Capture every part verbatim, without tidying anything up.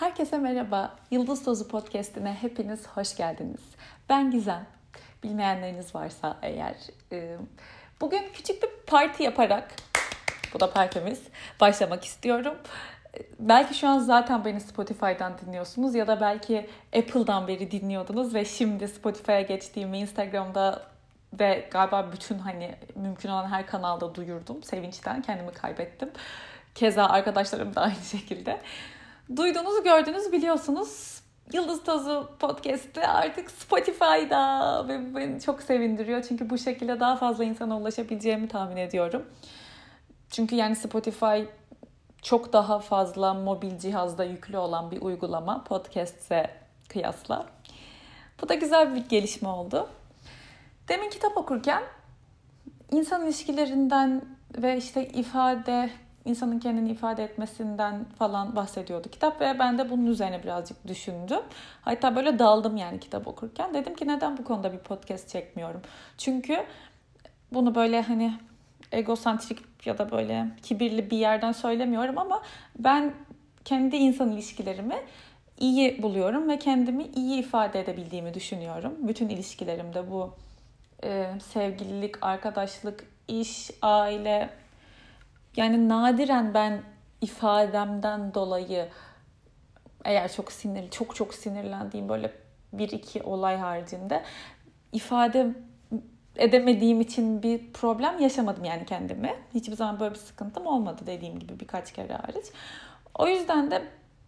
Herkese merhaba. Yıldız Tozu Podcast'ine hepiniz hoş geldiniz. Ben Gizem. Bilmeyenleriniz varsa eğer. Bugün küçük bir parti yaparak, bu da partimiz, başlamak istiyorum. Belki şu an zaten beni Spotify'dan dinliyorsunuz ya da belki Apple'dan beri dinliyordunuz ve şimdi Spotify'a geçtiğimi Instagram'da ve galiba bütün hani mümkün olan her kanalda duyurdum. Sevinçten kendimi kaybettim. Keza arkadaşlarım da aynı şekilde. Duyduğunuz, gördüğünüz, biliyorsunuz. Yıldız Tozu Podcast'ı artık Spotify'da ve beni çok sevindiriyor. Çünkü bu şekilde daha fazla insana ulaşabileceğimi tahmin ediyorum. Çünkü yani Spotify çok daha fazla mobil cihazda yüklü olan bir uygulama podcast'e kıyasla. Bu da güzel bir gelişme oldu. Demin kitap okurken insan ilişkilerinden ve işte ifade, insanın kendini ifade etmesinden falan bahsediyordu kitap ve ben de bunun üzerine birazcık düşündüm. Hatta böyle daldım yani kitap okurken. Dedim ki neden bu konuda bir podcast çekmiyorum? Çünkü bunu böyle hani egosantrik ya da böyle kibirli bir yerden söylemiyorum ama ben kendi insan ilişkilerimi iyi buluyorum ve kendimi iyi ifade edebildiğimi düşünüyorum. Bütün ilişkilerimde bu e, sevgililik, arkadaşlık, iş, aile, yani nadiren ben ifademden dolayı eğer çok sinirli, çok çok sinirlendiğim böyle bir iki olay haricinde ifade edemediğim için bir problem yaşamadım yani kendime. Hiçbir zaman böyle bir sıkıntım olmadı dediğim gibi birkaç kere hariç. O yüzden de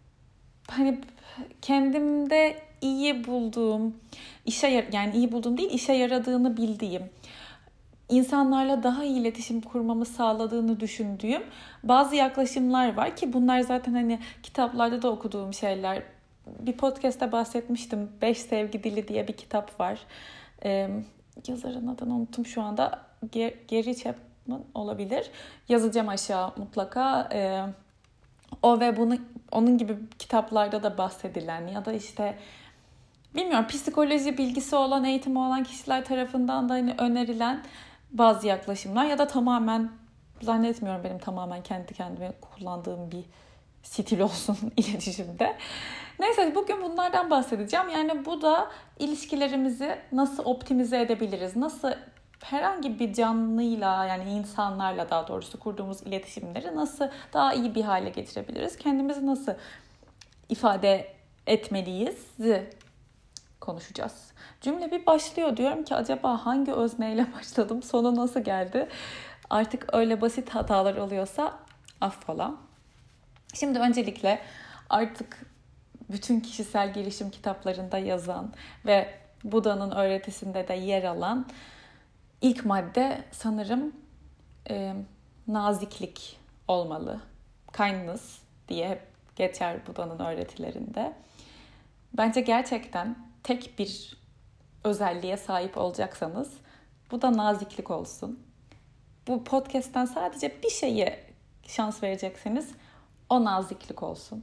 hani kendimde iyi bulduğum, işe yani iyi bulduğum değil, işe yaradığını bildiğim, insanlarla daha iyi iletişim kurmamı sağladığını düşündüğüm bazı yaklaşımlar var ki bunlar zaten hani kitaplarda da okuduğum şeyler. Bir podcast'ta bahsetmiştim. Beş Sevgi Dili diye bir kitap var. Ee, yazarın adını unuttum şu anda. Gary Chapman olabilir. Yazacağım aşağı mutlaka. Ee, o ve bunu onun gibi kitaplarda da bahsedilen ya da işte bilmiyorum psikoloji bilgisi olan, eğitimi olan kişiler tarafından da hani önerilen bazı yaklaşımlar ya da tamamen zannetmiyorum benim tamamen kendi kendime kullandığım bir stil olsun iletişimde. Neyse bugün bunlardan bahsedeceğim. Yani bu da ilişkilerimizi nasıl optimize edebiliriz? Nasıl herhangi bir canlıyla yani insanlarla daha doğrusu kurduğumuz iletişimleri nasıl daha iyi bir hale getirebiliriz? Kendimizi nasıl ifade etmeliyiz konuşacağız. Cümle bir başlıyor. Diyorum ki acaba hangi özneyle başladım? Sonu nasıl geldi? Artık öyle basit hatalar oluyorsa affola. Şimdi öncelikle artık bütün kişisel gelişim kitaplarında yazan ve Buda'nın öğretisinde de yer alan ilk madde sanırım e, naziklik olmalı. Kindness diye hep geçer Buda'nın öğretilerinde. Bence gerçekten tek bir özelliğe sahip olacaksanız bu da naziklik olsun. Bu podcast'ten sadece bir şeye şans verecekseniz o naziklik olsun.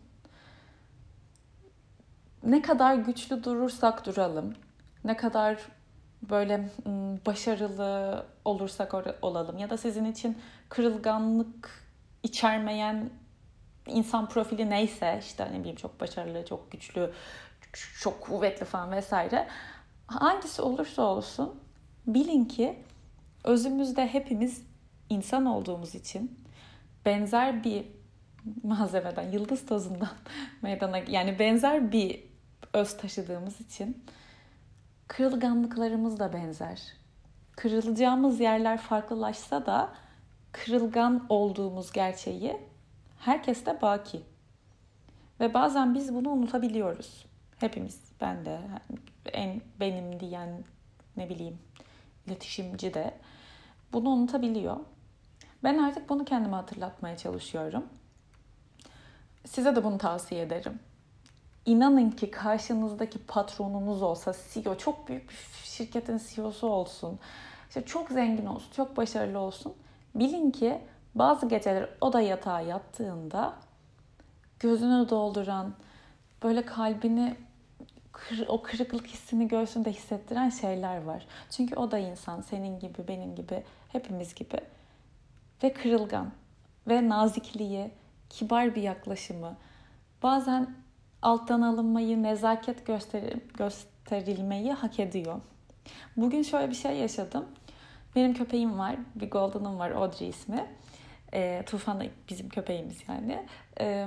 Ne kadar güçlü durursak duralım, ne kadar böyle başarılı olursak olalım ya da sizin için kırılganlık içermeyen insan profili neyse işte ne bileyim çok başarılı, çok güçlü, çok kuvvetli falan vesaire. Hangisi olursa olsun bilin ki özümüzde hepimiz insan olduğumuz için benzer bir malzemeden, yıldız tozundan meydana yani benzer bir öz taşıdığımız için kırılganlıklarımız da benzer. Kırılacağımız yerler farklılaşsa da kırılgan olduğumuz gerçeği herkeste baki. Ve bazen biz bunu unutabiliyoruz. Hepimiz, ben de, en benim diyen ne bileyim iletişimci de bunu unutabiliyor. Ben artık bunu kendime hatırlatmaya çalışıyorum. Size de bunu tavsiye ederim. İnanın ki karşınızdaki patronunuz olsa, C E O, çok büyük bir şirketin C E O'su olsun, işte çok zengin olsun, çok başarılı olsun. Bilin ki bazı geceler o da yatağa yattığında gözünü dolduran, böyle kalbini o kırıklık hissini göğsünde hissettiren şeyler var. Çünkü o da insan, senin gibi, benim gibi, hepimiz gibi ve kırılgan ve nazikliği, kibar bir yaklaşımı, bazen alttan alınmayı, nezaket gösteri- gösterilmeyi hak ediyor. Bugün şöyle bir şey yaşadım. Benim köpeğim var. Bir Golden'ım var. Audrey ismi. E, Tufan da bizim köpeğimiz yani. E,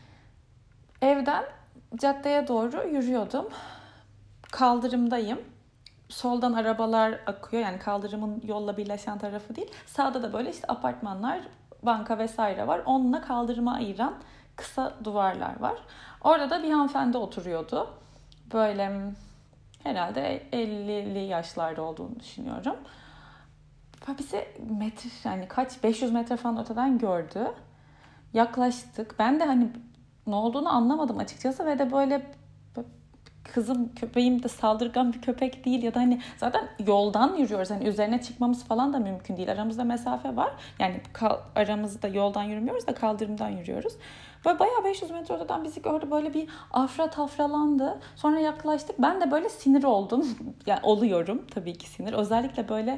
evden caddeye doğru yürüyordum. Kaldırımdayım. Soldan arabalar akıyor. Yani kaldırımın yolla birleşen tarafı değil. Sağda da böyle işte apartmanlar, banka vesaire var. Onunla kaldırıma ayıran kısa duvarlar var. Orada da bir hanımefendi oturuyordu. Böyle herhalde ellili yaşlarda olduğunu düşünüyorum. Bizi metre yani kaç beş yüz metre falan öteden gördü. Yaklaştık. Ben de hani ne olduğunu anlamadım açıkçası ve de böyle kızım köpeğim de saldırgan bir köpek değil ya da hani zaten yoldan yürüyoruz. Hani üzerine çıkmamız falan da mümkün değil. Aramızda mesafe var. Yani aramızda yoldan yürümüyoruz da kaldırımdan yürüyoruz. Böyle bayağı beş yüz metre öteden bizi gördü. Böyle bir afra tafralandı. Sonra yaklaştık. Ben de böyle sinir oldum. Yani oluyorum tabii ki sinir. Özellikle böyle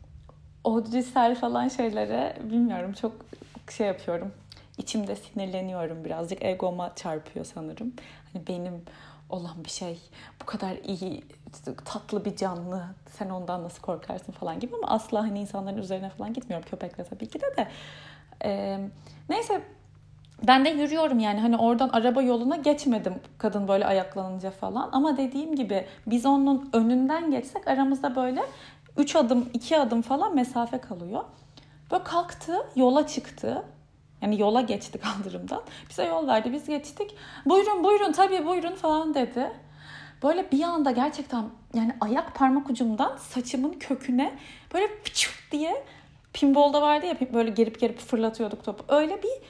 odrisel falan şeylere bilmiyorum çok şey yapıyorum. İçimde sinirleniyorum birazcık. Egoma çarpıyor sanırım. Hani benim olan bir şey bu kadar iyi tatlı bir canlı sen ondan nasıl korkarsın falan gibi ama asla hani insanların üzerine falan gitmiyorum köpekle tabii ki de de ee, neyse ben de yürüyorum yani hani oradan araba yoluna geçmedim kadın böyle ayaklanınca falan ama dediğim gibi biz onun önünden geçsek aramızda böyle üç adım iki adım falan mesafe kalıyor. Böyle kalktı yola çıktı. Yani yola geçti kaldırımdan. Bize yol verdi. Biz geçtik. Buyurun buyurun tabii buyurun falan dedi. Böyle bir anda gerçekten yani ayak parmak ucumdan saçımın köküne böyle pıçık diye pinball'da vardı ya böyle gerip gerip fırlatıyorduk topu. Öyle bir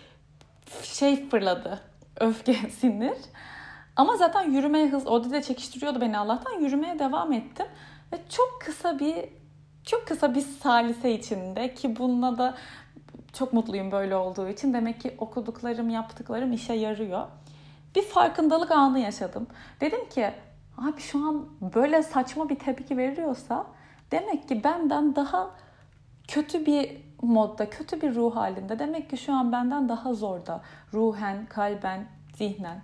şey fırladı. Öfke, sinir. Ama zaten yürümeye hız, o da çekiştiriyordu beni Allah'tan. Yürümeye devam ettim. Ve çok kısa bir çok kısa bir salise içinde ki bununla da çok mutluyum böyle olduğu için. Demek ki okuduklarım, yaptıklarım işe yarıyor. Bir farkındalık anı yaşadım. Dedim ki abi şu an böyle saçma bir tepki veriyorsa demek ki benden daha kötü bir modda, kötü bir ruh halinde. Demek ki şu an benden daha zorda. Ruhen, kalben, zihnen.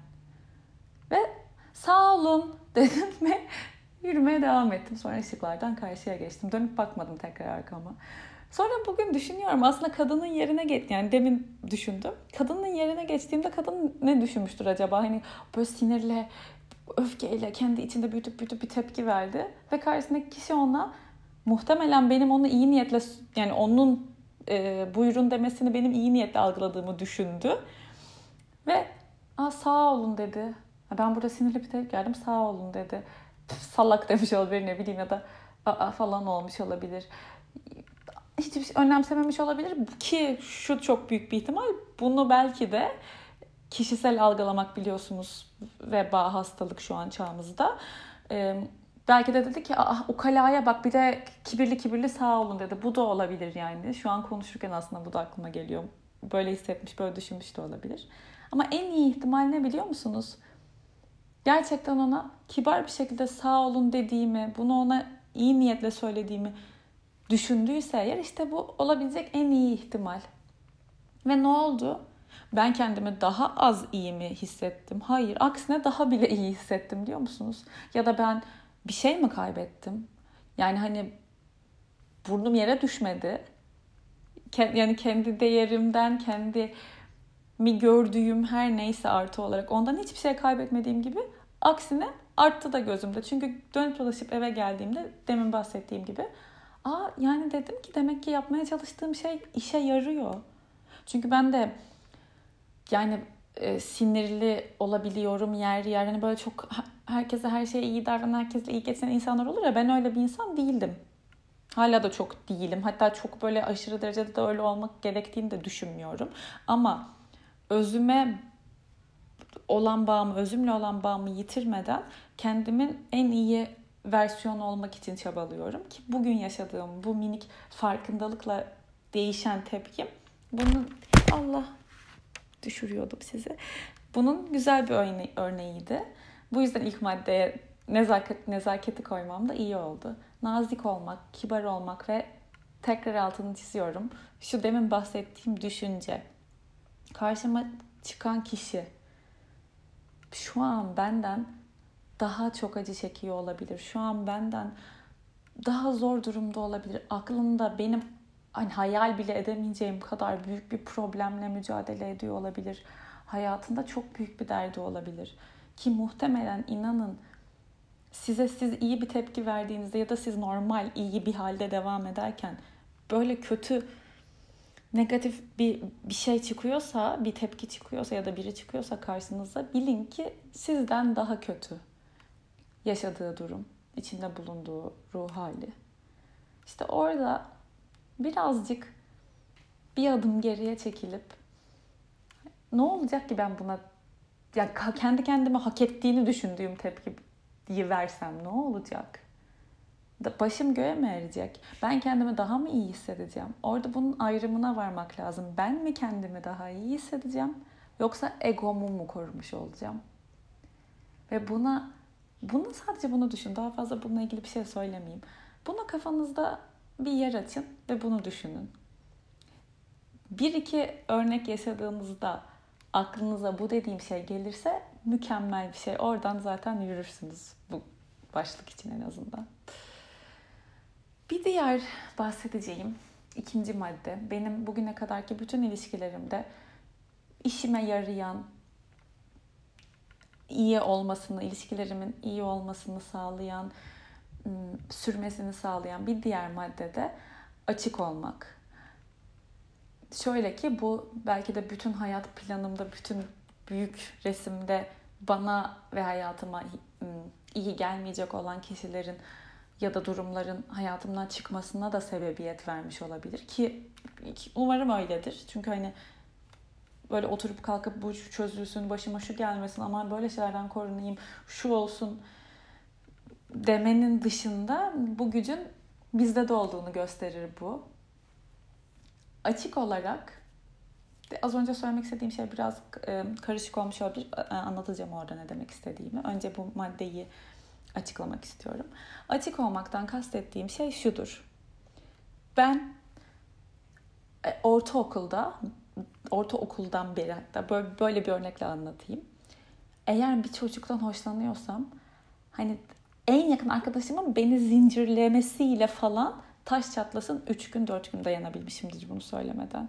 Ve sağ olun dedim ve yürümeye devam ettim. Sonra ışıklardan karşıya geçtim. Dönüp bakmadım tekrar arkama. Sonra bugün düşünüyorum aslında kadının yerine geç yani demin düşündüm. Kadının yerine geçtiğimde kadın ne düşünmüştür acaba? Hani böyle sinirle, öfkeyle kendi içinde büyütüp büyütüp bir tepki verdi ve karşısındaki kişi ona muhtemelen benim onu iyi niyetle yani onun e, buyurun demesini benim iyi niyetle algıladığımı düşündü ve aa, sağ olun dedi. Ben burada sinirli bir tepki verdim sağ olun dedi. Salak demiş olabilir ne bileyim ya da aa falan olmuş olabilir. Hiçbir şey önemsememiş olabilir ki şu çok büyük bir ihtimal bunu belki de kişisel algılamak biliyorsunuz veba hastalık şu an çağımızda. Ee, belki de dedi ki ah ukalaya bak bir de kibirli kibirli sağ olun dedi. Bu da olabilir yani. Şu an konuşurken aslında bu da aklıma geliyor. Böyle hissetmiş, böyle düşünmüş de olabilir. Ama en iyi ihtimal ne biliyor musunuz? Gerçekten ona kibar bir şekilde sağ olun dediğimi, bunu ona iyi niyetle söylediğimi düşündüyse eğer işte bu olabilecek en iyi ihtimal. Ve ne oldu? Ben kendimi daha az iyi mi hissettim? Hayır, aksine daha bile iyi hissettim biliyor musunuz? Ya da ben bir şey mi kaybettim? Yani hani burnum yere düşmedi. Yani kendi değerimden, kendi mi gördüğüm her neyse artı olarak ondan hiçbir şey kaybetmediğim gibi aksine arttı da gözümde. Çünkü dönüp dolaşıp eve geldiğimde demin bahsettiğim gibi aa yani dedim ki demek ki yapmaya çalıştığım şey işe yarıyor. Çünkü ben de yani e, sinirli olabiliyorum yer yer. Hani böyle çok herkese her şeye iyi davranan, herkesle iyi geçinen insanlar olur ya ben öyle bir insan değildim. Hala da çok değilim. Hatta çok böyle aşırı derecede de öyle olmak gerektiğini de düşünmüyorum. Ama özüme olan bağımı, özümle olan bağımı yitirmeden kendimin en iyi versiyonu olmak için çabalıyorum ki bugün yaşadığım bu minik farkındalıkla değişen tepkim bunun Allah düşürüyordum sizi. Bunun güzel bir örne- örneğiydi. Bu yüzden ilk maddeye nezaket, nezaketi koymam da iyi oldu. Nazik olmak, kibar olmak ve tekrar altını çiziyorum. Şu demin bahsettiğim düşünce. Karşıma çıkan kişi şu an benden daha çok acı çekiyor olabilir. Şu an benden daha zor durumda olabilir. Aklında benim hani hayal bile edemeyeceğim kadar büyük bir problemle mücadele ediyor olabilir. Hayatında çok büyük bir derdi olabilir. Ki muhtemelen inanın size siz iyi bir tepki verdiğinizde ya da siz normal iyi bir halde devam ederken böyle kötü negatif bir bir şey çıkıyorsa, bir tepki çıkıyorsa ya da biri çıkıyorsa karşınıza, bilin ki sizden daha kötü yaşadığı durum, içinde bulunduğu ruh hali. İşte orada birazcık bir adım geriye çekilip ne olacak ki ben buna, yani kendi kendime hak ettiğini düşündüğüm tepkiyi versem ne olacak? Başım göğe mi erecek? Ben kendimi daha mı iyi hissedeceğim? Orada bunun ayrımına varmak lazım. Ben mi kendimi daha iyi hissedeceğim? Yoksa egomu mu korumuş olacağım? Ve buna, bunu sadece bunu düşün. Daha fazla bununla ilgili bir şey söylemeyeyim. Buna kafanızda bir yer açın ve bunu düşünün. Bir iki örnek yaşadığınızda aklınıza bu dediğim şey gelirse mükemmel bir şey. Oradan zaten yürürsünüz bu başlık için en azından. Bir diğer bahsedeceğim ikinci madde, benim bugüne kadarki bütün ilişkilerimde işime yarayan, iyi olmasını, ilişkilerimin iyi olmasını sağlayan, sürmesini sağlayan bir diğer madde de açık olmak. Şöyle ki bu belki de bütün hayat planımda, bütün büyük resimde bana ve hayatıma iyi gelmeyecek olan kişilerin ya da durumların hayatımdan çıkmasına da sebebiyet vermiş olabilir ki umarım öyledir. Çünkü hani böyle oturup kalkıp bu çözülsün, başıma şu gelmesin, ama böyle şeylerden korunayım, şu olsun demenin dışında bu gücün bizde de olduğunu gösterir bu. Açık olarak, az önce söylemek istediğim şey biraz karışık olmuş olabilir. Anlatacağım orada ne demek istediğimi. Önce bu maddeyi açıklamak istiyorum. Açık olmaktan kastettiğim şey şudur. Ben ortaokulda, ortaokuldan beri hatta böyle, böyle bir örnekle anlatayım. Eğer bir çocuktan hoşlanıyorsam, hani en yakın arkadaşımın beni zincirlemesiyle falan taş çatlasın üç gün dört gün dayanabilmişimdir bunu söylemeden.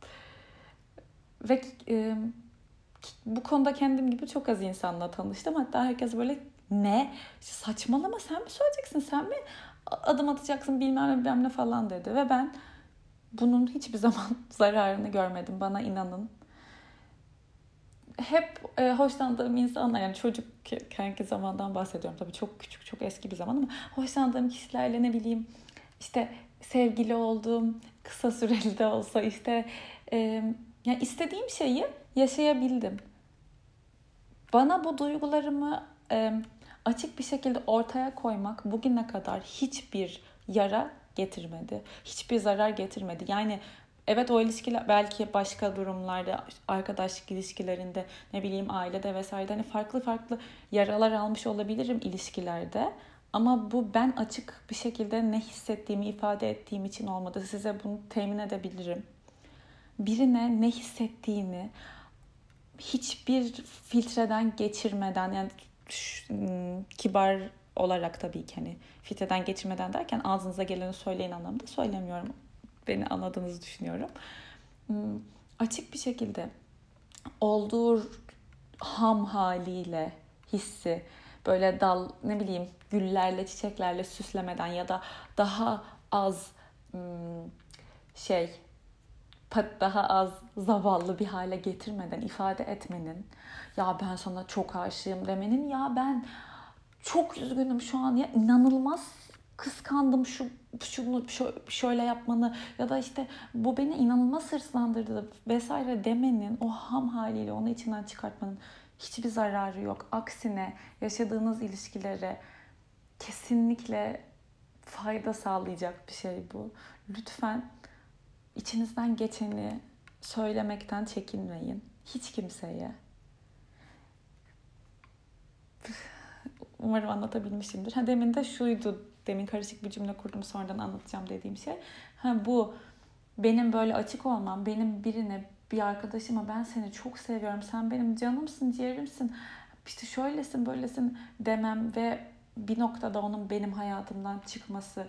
Ve e, bu konuda kendim gibi çok az insanla tanıştım. Hatta herkes böyle ne? Saçmalama, sen mi söyleyeceksin? Sen mi adım atacaksın bilmem ne bilmem ne falan dedi. Ve ben bunun hiçbir zaman zararını görmedim. Bana inanın. Hep e, hoşlandığım insanlar, yani çocukkenki zamandan bahsediyorum. Tabii çok küçük, çok eski bir zaman ama hoşlandığım kişilerle ne bileyim işte sevgili olduğum, kısa süreli de olsa işte e, yani istediğim şeyi yaşayabildim. Bana bu duygularımı e, açık bir şekilde ortaya koymak bugüne kadar hiçbir yara getirmedi. Hiçbir zarar getirmedi. Yani evet, o ilişkiler belki başka durumlarda, arkadaşlık ilişkilerinde, ne bileyim ailede vesaire, hani farklı farklı yaralar almış olabilirim ilişkilerde. Ama bu ben açık bir şekilde ne hissettiğimi ifade ettiğim için olmadı. Size bunu temin edebilirim. Birine ne hissettiğini hiçbir filtreden geçirmeden, yani kibar olarak tabii ki, hani filtreden geçirmeden derken ağzınıza geleni söyleyin anlamında söylemiyorum. Beni anladığınızı düşünüyorum. Açık bir şekilde olduğu ham haliyle hissi, böyle dal ne bileyim güllerle, çiçeklerle süslemeden ya da daha az şey daha az zavallı bir hale getirmeden ifade etmenin, ya ben sana çok aşığım demenin, ya ben çok üzgünüm şu an, ya inanılmaz kıskandım şu şunu şöyle yapmanı ya da işte bu beni inanılmaz hırslandırdı vesaire demenin, o ham haliyle onu içinden çıkartmanın hiçbir zararı yok. Aksine yaşadığınız ilişkilere kesinlikle fayda sağlayacak bir şey bu. Lütfen İçinizden geçeni söylemekten çekinmeyin. Hiç kimseye. Umarım anlatabilmişimdir. Ha, demin de şuydu. Demin karışık bir cümle kurdum, sonradan anlatacağım dediğim şey. Ha, bu benim böyle açık olmam, benim birine, bir arkadaşıma ben seni çok seviyorum, sen benim canımsın, ciğerimsin, işte şöylesin böylesin demem ve bir noktada onun benim hayatımdan çıkması,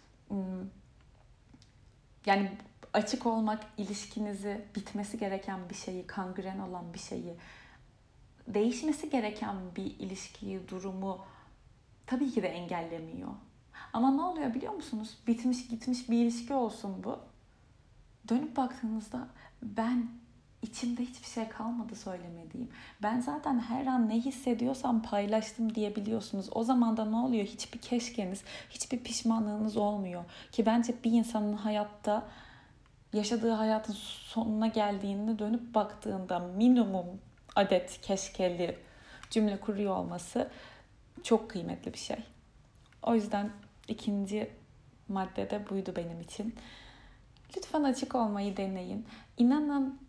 yani açık olmak, ilişkinizi, bitmesi gereken bir şeyi, kangren olan bir şeyi, değişmesi gereken bir ilişkiyi, durumu tabii ki de engellemiyor. Ama ne oluyor biliyor musunuz? Bitmiş gitmiş bir ilişki olsun bu. Dönüp baktığınızda ben içimde hiçbir şey kalmadı söylemediğim. Ben zaten her an ne hissediyorsam paylaştım diyebiliyorsunuz. O zaman da ne oluyor? Hiçbir keşkeniz, hiçbir pişmanlığınız olmuyor. Ki bence bir insanın hayatta yaşadığı hayatın sonuna geldiğinde dönüp baktığında minimum adet keşkeli cümle kuruyor olması çok kıymetli bir şey. O yüzden ikinci madde de buydu benim için. Lütfen açık olmayı deneyin. İnanın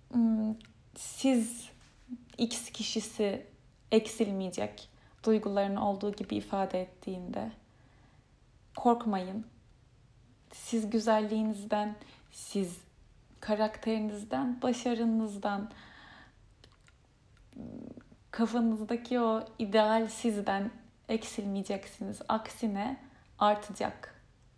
siz X kişisi eksilmeyecek. Duygularını olduğu gibi ifade ettiğinde korkmayın. Siz güzelliğinizden, siz karakterinizden, başarınızdan, kafanızdaki o ideal sizden eksilmeyeceksiniz. Aksine artacak.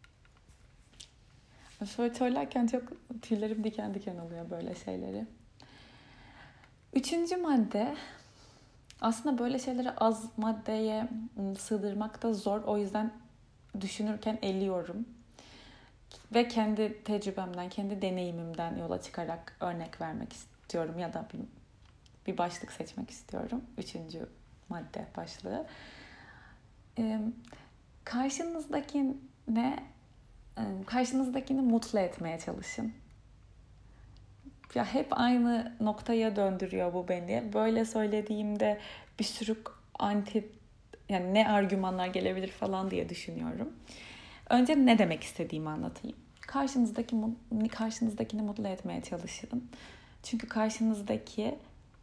Şöyle söylerken çok tüylerim diken diken oluyor böyle şeyleri. Üçüncü madde, aslında böyle şeyleri az maddeye sığdırmak da zor. O yüzden düşünürken eliyorum. Ve kendi tecrübemden, kendi deneyimimden yola çıkarak örnek vermek istiyorum ya da bir, bir başlık seçmek istiyorum. Üçüncü madde başlığı. Ee, karşınızdakine, karşınızdakini mutlu etmeye çalışın. Ya hep aynı noktaya döndürüyor bu beni. Böyle söylediğimde bir sürü anti, yani ne argümanlar gelebilir falan diye düşünüyorum. Önce ne demek istediğimi anlatayım. Karşınızdaki karşınızdakini mutlu etmeye çalışın. Çünkü karşınızdaki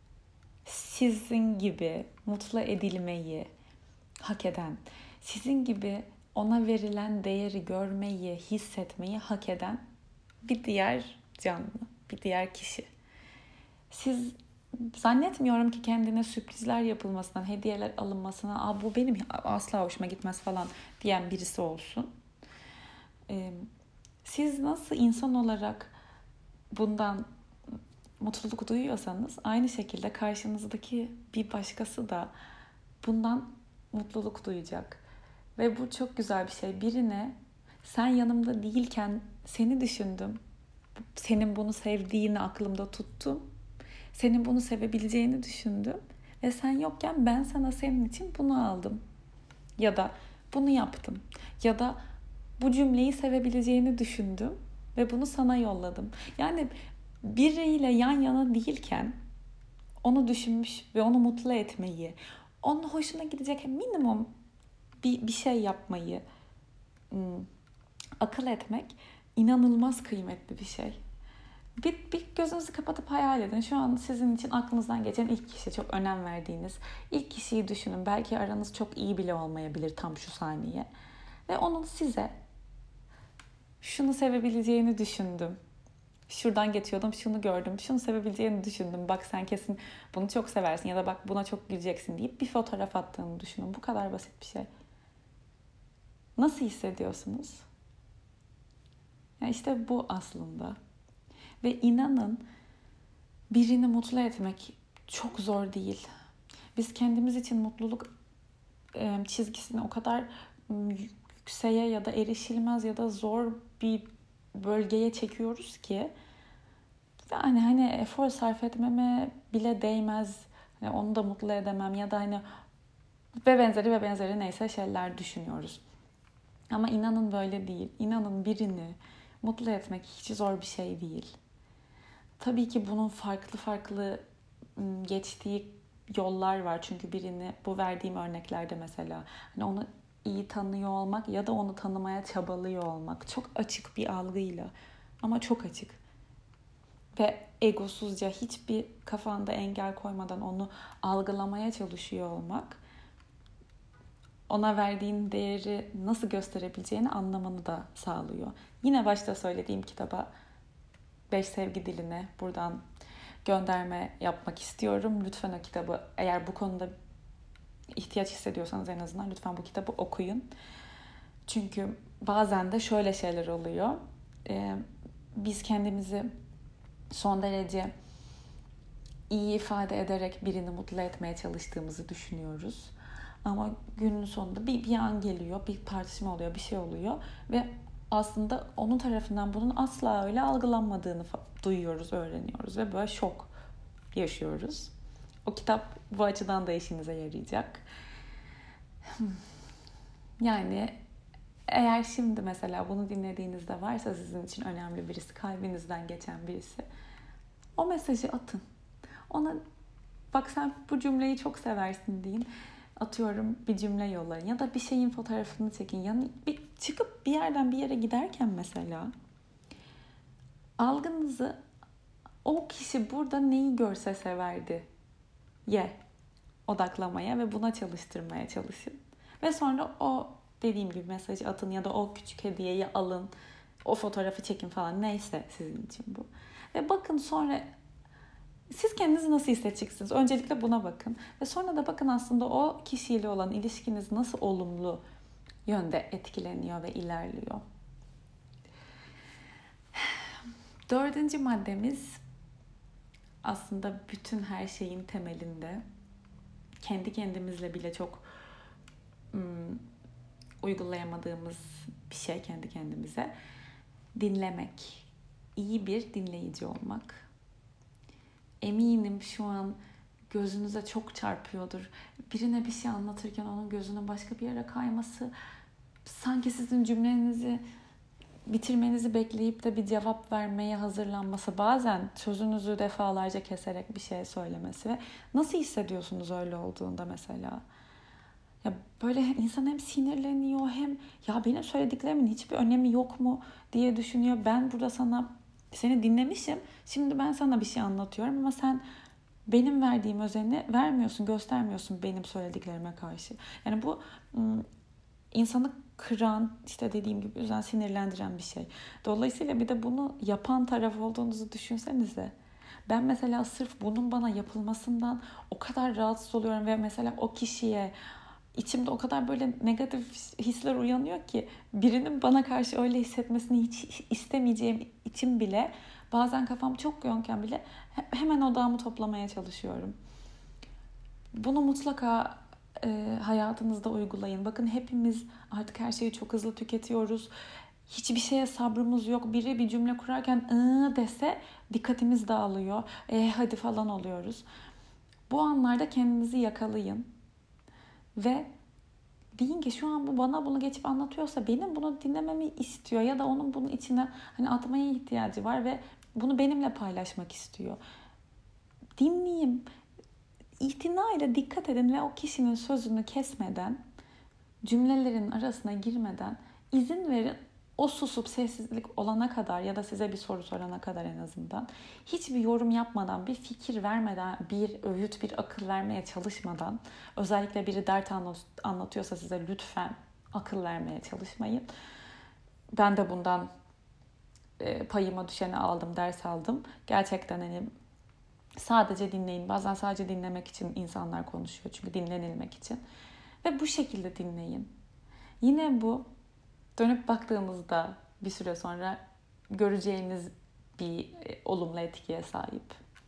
sizin gibi mutlu edilmeyi hak eden, sizin gibi ona verilen değeri görmeyi, hissetmeyi hak eden bir diğer canlı, bir diğer kişi. Siz zannetmiyorum ki kendine sürprizler yapılmasından, hediyeler alınmasına, "Aa, bu benim asla hoşuma gitmez" falan diyen birisi olsun. Ee, siz nasıl insan olarak bundan mutluluk duyuyorsanız aynı şekilde karşınızdaki bir başkası da bundan mutluluk duyacak. Ve bu çok güzel bir şey. Birine sen yanımda değilken seni düşündüm. Senin bunu sevdiğini aklımda tuttum. Senin bunu sevebileceğini düşündüm. Ve sen yokken ben sana senin için bunu aldım. Ya da bunu yaptım. Ya da bu cümleyi sevebileceğini düşündüm. Ve bunu sana yolladım. Yani biriyle yan yana değilken onu düşünmüş ve onu mutlu etmeyi, onun hoşuna gidecek minimum bir, bir şey yapmayı ım, akıl etmek inanılmaz kıymetli bir şey. Bir, bir gözünüzü kapatıp hayal edin. Şu an sizin için aklınızdan geçen ilk kişi, çok önem verdiğiniz ilk kişiyi düşünün. Belki aranız çok iyi bile olmayabilir tam şu saniye. Ve onun size şunu sevebileceğini düşündüm. Şuradan geçiyordum, şunu gördüm, şunu sevebileceğini düşündüm. Bak sen kesin bunu çok seversin ya da bak buna çok güleceksin deyip bir fotoğraf attığını düşünün. Bu kadar basit bir şey. Nasıl hissediyorsunuz? Ya işte bu aslında. Ve inanın birini mutlu etmek çok zor değil. Biz kendimiz için mutluluk çizgisini o kadar yükseğe ya da erişilmez ya da zor bir bölgeye çekiyoruz ki yani hani efor sarf etmeme bile değmez. Yani onu da mutlu edemem ya da hani ve benzeri ve benzeri neyse şeyler düşünüyoruz. Ama inanın böyle değil. İnanın birini mutlu etmek hiç zor bir şey değil. Tabii ki bunun farklı farklı geçtiği yollar var. Çünkü birini bu verdiğim örneklerde mesela hani onu iyi tanıyor olmak ya da onu tanımaya çabalıyor olmak çok açık bir algıyla ama çok açık ve egosuzca hiçbir kafanda engel koymadan onu algılamaya çalışıyor olmak ona verdiğin değeri nasıl gösterebileceğini anlamanı da sağlıyor. Yine başta söylediğim kitaba Beş Sevgi Diline buradan gönderme yapmak istiyorum. Lütfen o kitabı eğer bu konuda ihtiyaç hissediyorsanız en azından lütfen bu kitabı okuyun. Çünkü bazen de şöyle şeyler oluyor. Ee, biz kendimizi son derece iyi ifade ederek birini mutlu etmeye çalıştığımızı düşünüyoruz. Ama günün sonunda bir, bir an geliyor, bir tartışma oluyor, bir şey oluyor ve aslında onun tarafından bunun asla öyle algılanmadığını duyuyoruz, öğreniyoruz ve böyle şok yaşıyoruz. O kitap bu açıdan da işinize yarayacak. Yani eğer şimdi mesela bunu dinlediğinizde varsa sizin için önemli birisi, kalbinizden geçen birisi, o mesajı atın. Ona bak sen bu cümleyi çok seversin deyin. Atıyorum bir cümle yollayın ya da bir şeyin fotoğrafını çekin. Yani bir çıkıp bir yerden bir yere giderken mesela algınızı o kişi burada neyi görse severdi ye odaklamaya ve buna çalıştırmaya çalışın. Ve sonra o dediğim gibi mesajı atın ya da o küçük hediyeyi alın. O fotoğrafı çekin falan, neyse sizin için bu. Ve bakın sonra siz kendinizi nasıl hissedeceksiniz? Öncelikle buna bakın. Ve sonra da bakın aslında o kişiyle olan ilişkiniz nasıl olumlu yönde etkileniyor ve ilerliyor. Dördüncü maddemiz aslında bütün her şeyin temelinde, kendi kendimizle bile çok ım, uygulayamadığımız bir şey kendi kendimize. Dinlemek. İyi bir dinleyici olmak. Eminim şu an gözünüze çok çarpıyordur. Birine bir şey anlatırken onun gözünün başka bir yere kayması, sanki sizin cümlenizi bitirmenizi bekleyip de bir cevap vermeye hazırlanması, bazen sözünüzü defalarca keserek bir şey söylemesi ve nasıl hissediyorsunuz öyle olduğunda mesela? Ya böyle insan hem sinirleniyor hem ya benim söylediklerimin hiçbir önemi yok mu diye düşünüyor. Ben burada sana seni dinlemişim. Şimdi ben sana bir şey anlatıyorum ama sen benim verdiğim özeni vermiyorsun, göstermiyorsun benim söylediklerime karşı. Yani bu insanı kıran, işte dediğim gibi üzen, sinirlendiren bir şey. Dolayısıyla bir de bunu yapan taraf olduğunuzu düşünsenize. Ben mesela sırf bunun bana yapılmasından o kadar rahatsız oluyorum ve mesela o kişiye içimde o kadar böyle negatif hisler uyanıyor ki birinin bana karşı öyle hissetmesini hiç istemeyeceğim için bile bazen kafam çok yoğunken bile hemen odağımı toplamaya çalışıyorum. Bunu mutlaka e, hayatınızda uygulayın. Bakın hepimiz artık her şeyi çok hızlı tüketiyoruz. Hiçbir şeye sabrımız yok. Biri bir cümle kurarken ıı dese dikkatimiz dağılıyor. E hadi falan oluyoruz. Bu anlarda kendinizi yakalayın. Ve deyin ki şu an bu bana bunu geçip anlatıyorsa benim bunu dinlememi istiyor ya da onun bunun içine hani atmaya ihtiyacı var ve bunu benimle paylaşmak istiyor. Dinleyeyim. İtinayla dikkat edin ve o kişinin sözünü kesmeden, cümlelerin arasına girmeden izin verin. O susup sessizlik olana kadar ya da size bir soru sorana kadar en azından hiçbir yorum yapmadan, bir fikir vermeden, bir öğüt, bir akıl vermeye çalışmadan, özellikle biri dert anlatıyorsa size lütfen akıl vermeye çalışmayın. Ben de bundan payıma düşeni aldım, ders aldım. Gerçekten hani sadece dinleyin. Bazen sadece dinlemek için insanlar konuşuyor. Çünkü dinlenilmek için. Ve bu şekilde dinleyin. Yine bu dönüp baktığınızda bir süre sonra göreceğiniz bir olumlu etkiye sahip.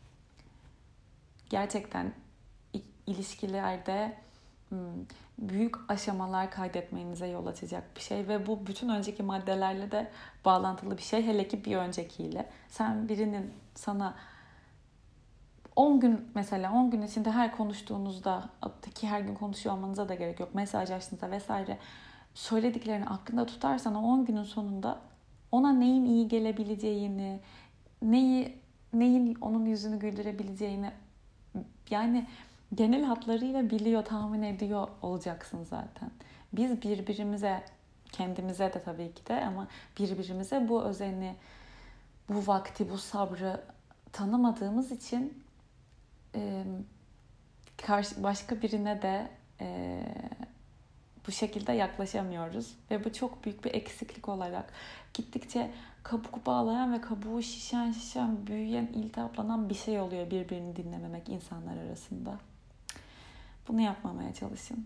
Gerçekten ilişkilerde büyük aşamalar kaydetmenize yol açacak bir şey ve bu bütün önceki maddelerle de bağlantılı bir şey. Hele ki bir öncekiyle. Sen birinin sana on gün mesela on gün içinde her konuştuğunuzda ki her gün konuşuyor olmanıza da gerek yok. Mesajlaştığınızda vesaire söylediklerini aklında tutarsan o on günün sonunda ona neyin iyi gelebileceğini, neyi neyin onun yüzünü güldürebileceğini yani genel hatlarıyla biliyor, tahmin ediyor olacaksın zaten. Biz birbirimize, kendimize de tabii ki de ama birbirimize bu özeni, bu vakti, bu sabrı tanımadığımız için e, karşı başka birine de e, bu şekilde yaklaşamıyoruz ve bu çok büyük bir eksiklik olarak gittikçe kabuk bağlayan ve kabuğu şişen şişen büyüyen, iltihaplanan bir şey oluyor birbirini dinlememek insanlar arasında. Bunu yapmamaya çalışın.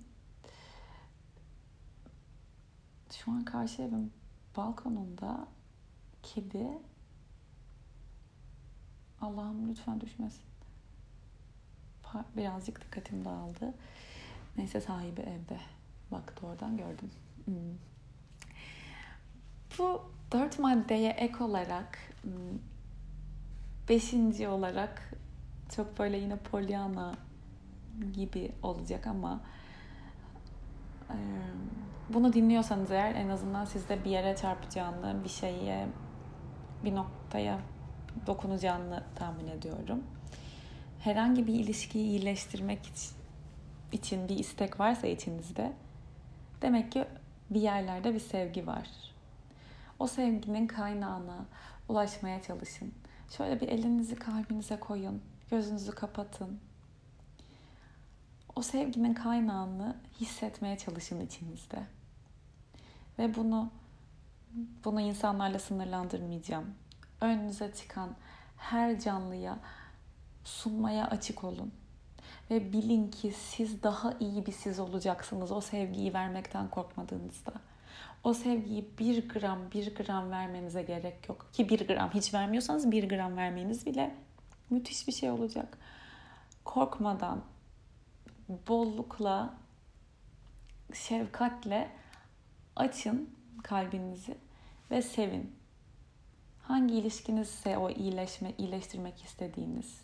Şu an karşı evin balkonunda kedi, Allah'ım lütfen düşmesin. Birazcık dikkatim dağıldı. Neyse sahibi evde. Baktı oradan gördüm. Hmm. Bu dört maddeye ek olarak beşinci olarak çok böyle yine Pollyanna gibi olacak ama bunu dinliyorsanız eğer en azından sizde bir yere çarpacağını, bir şeye, bir noktaya dokunacağını tahmin ediyorum. Herhangi bir ilişkiyi iyileştirmek için bir istek varsa içinizde, demek ki bir yerlerde bir sevgi var. O sevginin kaynağına ulaşmaya çalışın. Şöyle bir elinizi kalbinize koyun, gözünüzü kapatın. O sevginin kaynağını hissetmeye çalışın içinizde. Ve bunu bunu insanlarla sınırlandırmayacağım. Önünüze çıkan her canlıya sunmaya açık olun. Ve bilin ki siz daha iyi bir siz olacaksınız o sevgiyi vermekten korkmadığınızda. O sevgiyi bir gram bir gram vermenize gerek yok. Ki bir gram hiç vermiyorsanız bir gram vermeniz bile müthiş bir şey olacak. Korkmadan, bollukla, şefkatle açın kalbinizi ve sevin. Hangi ilişkinizse o iyileşme, iyileştirmek istediğiniz,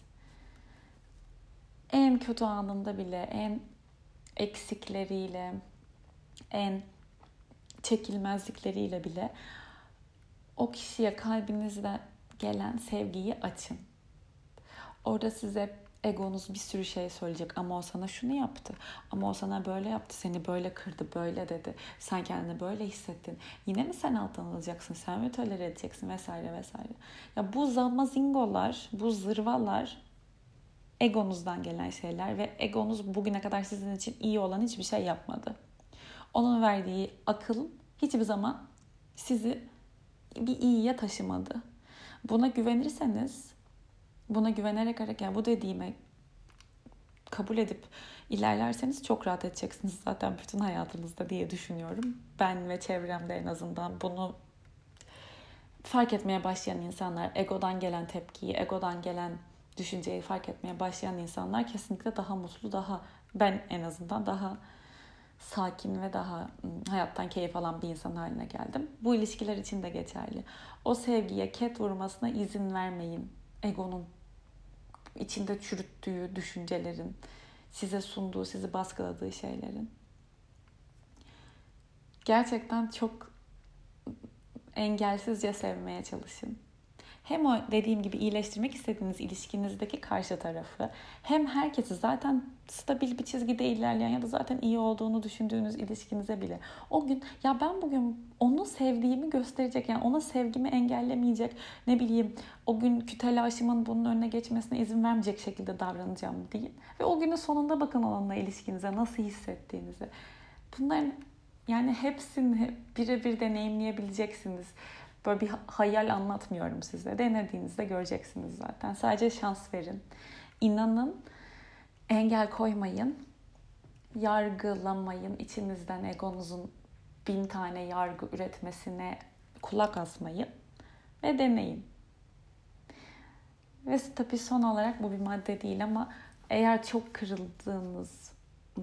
en kötü anında bile, en eksikleriyle, en çekilmezlikleriyle bile o kişiye kalbinizde gelen sevgiyi açın. Orada size egonuz bir sürü şey söyleyecek. Ama o sana şunu yaptı. Ama o sana böyle yaptı. Seni böyle kırdı, böyle dedi. Sen kendini böyle hissettin. Yine mi sen alttan alacaksın? Sen mi tolere edeceksin? Vesaire vesaire. Ya bu zamazingolar, bu zırvalar egonuzdan gelen şeyler ve egonuz bugüne kadar sizin için iyi olan hiçbir şey yapmadı. Onun verdiği akıl hiçbir zaman sizi bir iyiye taşımadı. Buna güvenirseniz, buna güvenerek hareket, yani bu dediğime kabul edip ilerlerseniz çok rahat edeceksiniz zaten bütün hayatınızda diye düşünüyorum. Ben ve çevremde en azından bunu fark etmeye başlayan insanlar, egodan gelen tepkiyi, egodan gelen düşünceyi fark etmeye başlayan insanlar kesinlikle daha mutlu, daha, ben en azından daha sakin ve daha hayattan keyif alan bir insan haline geldim. Bu ilişkiler için de geçerli. O sevgiye ket vurmasına izin vermeyin. Egonun içinde çürüttüğü düşüncelerin, size sunduğu, sizi baskıladığı şeylerin. Gerçekten çok engelsizce sevmeye çalışın. Hem o dediğim gibi iyileştirmek istediğiniz ilişkinizdeki karşı tarafı, hem herkesi zaten stabil bir çizgide ilerleyen ya da zaten iyi olduğunu düşündüğünüz ilişkinize bile. O gün ya ben bugün onu sevdiğimi gösterecek, yani ona sevgimi engellemeyecek, ne bileyim o günkü telaşımın bunun önüne geçmesine izin vermeyecek şekilde davranacağım deyin. Ve o günün sonunda bakın onunla ilişkinize nasıl hissettiğinizi. Bunların yani hepsini birebir deneyimleyebileceksiniz. Böyle bir hayal anlatmıyorum size. Denediğinizde göreceksiniz zaten. Sadece şans verin. İnanın, engel koymayın. Yargılamayın. İçinizden egonuzun bin tane yargı üretmesine kulak asmayın. Ve deneyin. Ve tabii son olarak bu bir madde değil ama eğer çok kırıldığınız,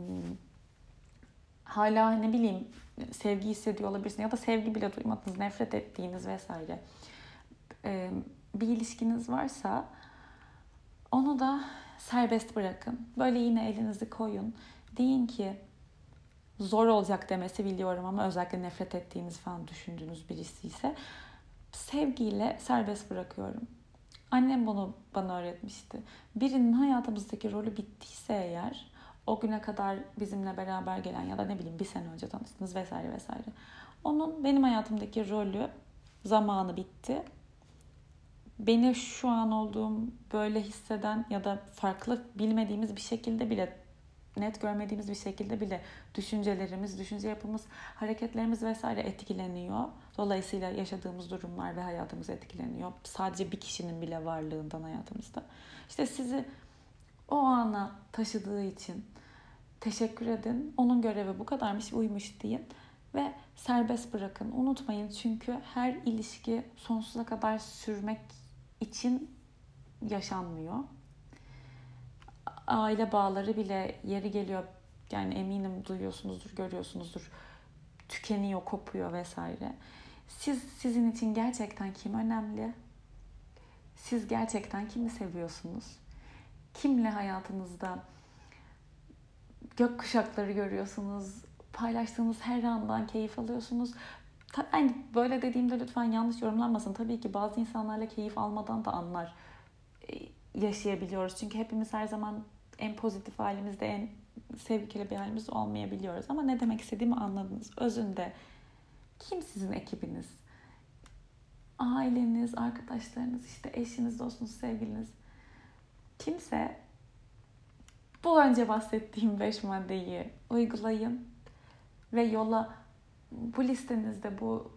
hala ne bileyim sevgi hissediyor olabilirsiniz ya da sevgi bile duymadığınız, nefret ettiğiniz vesaire bir ilişkiniz varsa onu da serbest bırakın. Böyle yine elinizi koyun. Deyin ki zor olacak demesi biliyorum ama özellikle nefret ettiğiniz falan düşündüğünüz birisi ise sevgiyle serbest bırakıyorum. Annem bunu bana öğretmişti. Birinin hayatımızdaki rolü bittiyse eğer, o güne kadar bizimle beraber gelen ya da ne bileyim bir sene önce tanıştınız vesaire vesaire. Onun benim hayatımdaki rolü, zamanı bitti. Beni şu an olduğum böyle hisseden ya da farklı bilmediğimiz bir şekilde bile, net görmediğimiz bir şekilde bile düşüncelerimiz, düşünce yapımız, hareketlerimiz vesaire etkileniyor. Dolayısıyla yaşadığımız durumlar ve hayatımız etkileniyor. Sadece bir kişinin bile varlığından hayatımızda. İşte sizi o ana taşıdığı için teşekkür edin. Onun görevi bu kadarmış, uymuş deyin ve serbest bırakın. Unutmayın, çünkü her ilişki sonsuza kadar sürmek için yaşanmıyor. Aile bağları bile yeri geliyor, yani eminim duyuyorsunuzdur, görüyorsunuzdur, tükeniyor, kopuyor vesaire. Siz, sizin için gerçekten kim önemli? Siz gerçekten kimi seviyorsunuz? Kimle hayatınızda gökkuşakları görüyorsunuz? Paylaştığınız her andan keyif alıyorsunuz? Yani böyle dediğimde lütfen yanlış yorumlanmasın. Tabii ki bazı insanlarla keyif almadan da anlar yaşayabiliyoruz. Çünkü hepimiz her zaman en pozitif halimizde, en sevgili bir halimiz olmayabiliyoruz. Ama ne demek istediğimi anladınız. Özünde kim sizin ekibiniz? Aileniz, arkadaşlarınız, işte eşiniz, dostunuz, sevgiliniz. Kimse bu önce bahsettiğim beş maddeyi uygulayın ve yola, bu listenizde, bu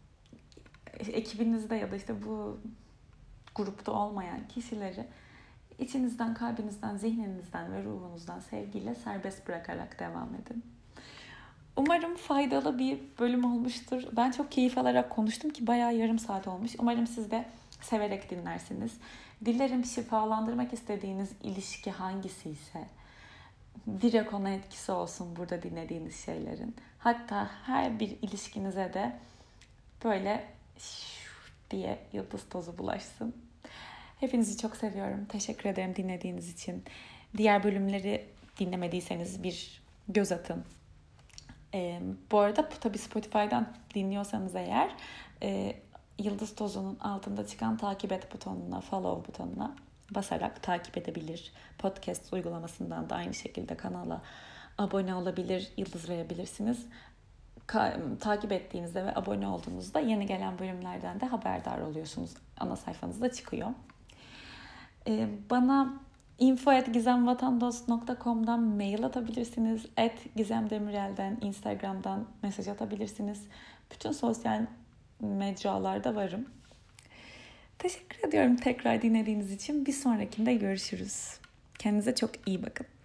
ekibinizde ya da işte bu grupta olmayan kişileri içinizden, kalbinizden, zihninizden ve ruhunuzdan sevgiyle serbest bırakarak devam edin. Umarım faydalı bir bölüm olmuştur. Ben çok keyif alarak konuştum ki bayağı yarım saat olmuş. Umarım siz de severek dinlersiniz. Dilerim şifalandırmak istediğiniz ilişki hangisi ise direkt ona etkisi olsun burada dinlediğiniz şeylerin. Hatta her bir ilişkinize de böyle diye yıldız tozu bulaşsın. Hepinizi çok seviyorum. Teşekkür ederim dinlediğiniz için. Diğer bölümleri dinlemediyseniz bir göz atın. Ee, bu arada tabii Spotify'dan dinliyorsanız eğer e, yıldız tozunun altında çıkan takip et butonuna, follow butonuna basarak takip edebilir. Podcast uygulamasından da aynı şekilde kanala abone olabilir, yıldızlayabilirsiniz. Ka- takip ettiğinizde ve abone olduğunuzda yeni gelen bölümlerden de haberdar oluyorsunuz. Ana sayfanızda çıkıyor. Ee, bana info at gizemvatandos nokta com'dan mail atabilirsiniz. at gizemdemirel'den, Instagram'dan mesaj atabilirsiniz. Bütün sosyal mecralarda varım. Teşekkür ediyorum tekrar dinlediğiniz için. Bir sonrakinde görüşürüz. Kendinize çok iyi bakın.